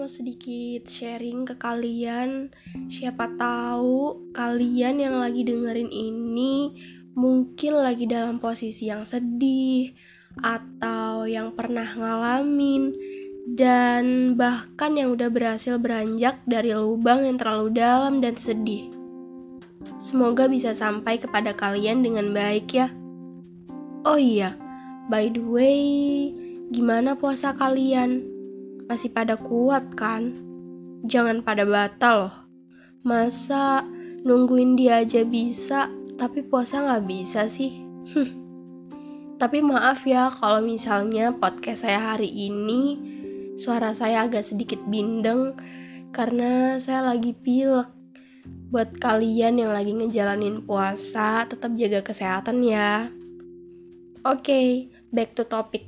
sedikit sharing ke kalian. Siapa tahu kalian yang lagi dengerin ini mungkin lagi dalam posisi yang sedih atau yang pernah ngalamin dan bahkan yang udah berhasil beranjak dari lubang yang terlalu dalam dan sedih. Semoga bisa sampai kepada kalian dengan baik ya. Oh iya, by the way, gimana puasa kalian? Masih pada kuat kan? Jangan pada batal loh. Masa nungguin dia aja bisa, tapi puasa gak bisa sih? Tapi maaf ya kalau misalnya podcast saya hari ini suara saya agak sedikit bindeng karena saya lagi pilek. Buat kalian yang lagi ngejalanin puasa, tetap jaga kesehatan ya. Oke, back to topic.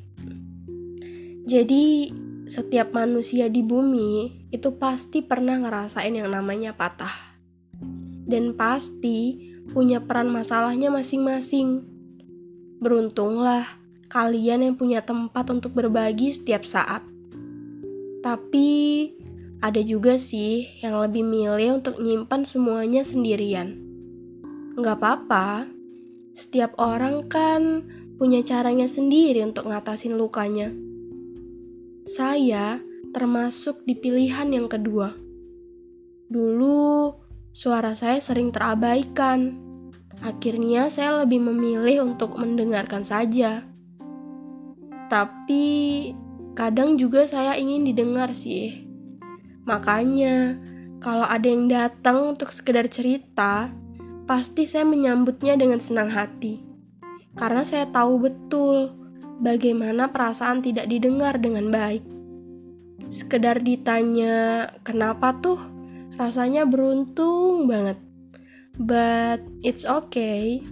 Jadi setiap manusia di bumi itu pasti pernah ngerasain yang namanya patah. Dan pasti punya peran masalahnya masing-masing. Beruntunglah kalian yang punya tempat untuk berbagi setiap saat. Tapi ada juga sih yang lebih milih untuk nyimpan semuanya sendirian. Nggak apa-apa, setiap orang kan punya caranya sendiri untuk ngatasin lukanya. Saya termasuk di pilihan yang kedua. Dulu, suara saya sering terabaikan. Akhirnya saya lebih memilih untuk mendengarkan saja. Tapi, kadang juga saya ingin didengar sih. Makanya, kalau ada yang datang untuk sekedar cerita, pasti saya menyambutnya dengan senang hati. Karena saya tahu betul bagaimana perasaan tidak didengar dengan baik. Sekedar ditanya, kenapa tuh? Rasanya beruntung banget. But it's okay.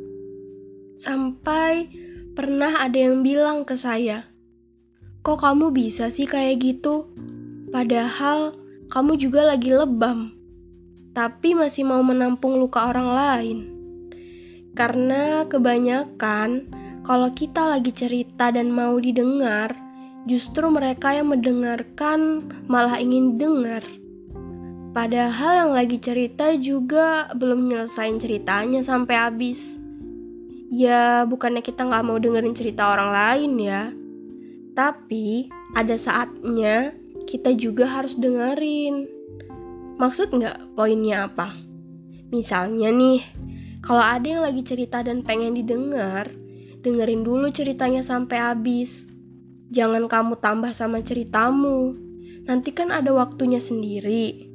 Sampai pernah ada yang bilang ke saya, kok kamu bisa sih kayak gitu? Padahal kamu juga lagi lebam, tapi masih mau menampung luka orang lain. Karena kebanyakan kalau kita lagi cerita dan mau didengar, justru mereka yang mendengarkan malah ingin dengar. Padahal yang lagi cerita juga belum nyelesain ceritanya sampai habis. Ya, bukannya kita gak mau dengerin cerita orang lain ya. Tapi, ada saatnya kita juga harus dengerin. Maksud gak poinnya apa? Misalnya nih, kalau ada yang lagi cerita dan pengen didengar, dengerin dulu ceritanya sampai habis. Jangan kamu tambah sama ceritamu. Nanti kan ada waktunya sendiri.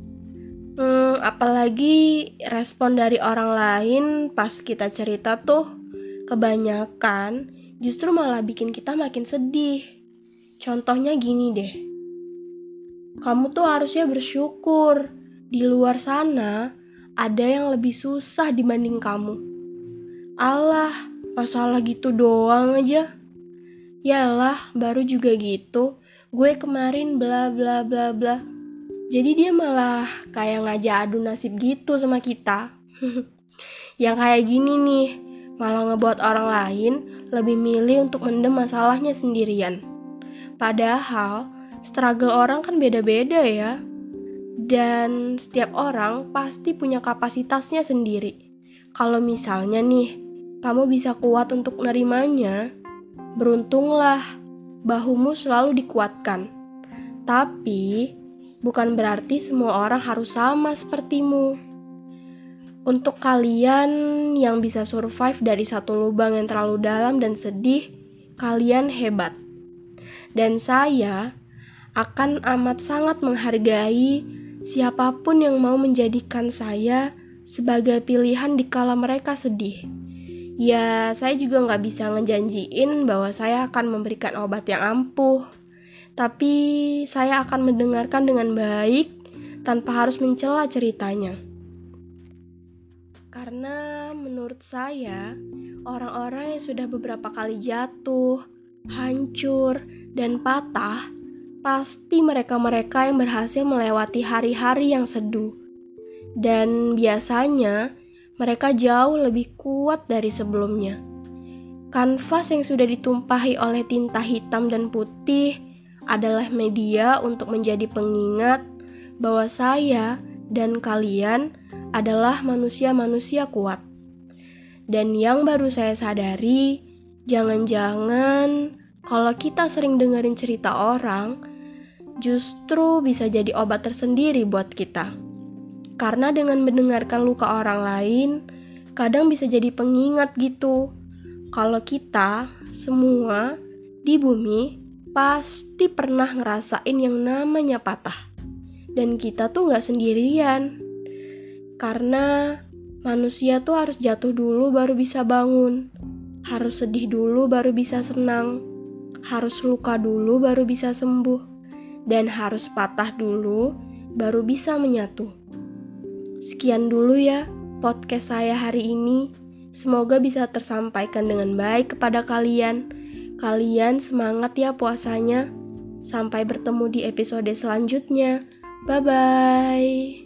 Apalagi respon dari orang lain pas kita cerita tuh kebanyakan justru malah bikin kita makin sedih. Contohnya gini deh. Kamu tuh harusnya bersyukur. Di luar sana ada yang lebih susah dibanding kamu. Alah, masalah gitu doang aja. Yalah, baru juga gitu. Gue kemarin bla bla bla bla. Jadi dia malah kayak ngajak adu nasib gitu sama kita. Yang kayak gini nih, malah ngebuat orang lain lebih milih untuk mendem masalahnya sendirian. Padahal, struggle orang kan beda-beda ya. Dan setiap orang pasti punya kapasitasnya sendiri. Kalau misalnya nih, kamu bisa kuat untuk menerimanya, beruntunglah, bahumu selalu dikuatkan. Tapi, bukan berarti semua orang harus sama sepertimu. Untuk kalian yang bisa survive dari satu lubang yang terlalu dalam dan sedih, kalian hebat. Dan saya akan amat sangat menghargai siapapun yang mau menjadikan saya sebagai pilihan dikala mereka sedih. Ya, saya juga gak bisa ngejanjiin bahwa saya akan memberikan obat yang ampuh. Tapi saya akan mendengarkan dengan baik tanpa harus mencela ceritanya. Karena menurut saya, orang-orang yang sudah beberapa kali jatuh, hancur, dan patah, pasti mereka-mereka yang berhasil melewati hari-hari yang seduh. Dan biasanya, mereka jauh lebih kuat dari sebelumnya. Kanvas yang sudah ditumpahi oleh tinta hitam dan putih adalah media untuk menjadi pengingat bahwa saya dan kalian adalah manusia-manusia kuat. Dan yang baru saya sadari, jangan-jangan kalau kita sering dengerin cerita orang, justru bisa jadi obat tersendiri buat kita. Karena dengan mendengarkan luka orang lain, kadang bisa jadi pengingat gitu. Kalau kita semua di bumi pasti pernah ngerasain yang namanya patah. Dan kita tuh gak sendirian. Karena manusia tuh harus jatuh dulu baru bisa bangun. Harus sedih dulu baru bisa senang. Harus luka dulu baru bisa sembuh. Dan harus patah dulu baru bisa menyatu. Sekian dulu ya podcast saya hari ini. Semoga bisa tersampaikan dengan baik kepada kalian. Kalian semangat ya puasanya. Sampai bertemu di episode selanjutnya. Bye-bye.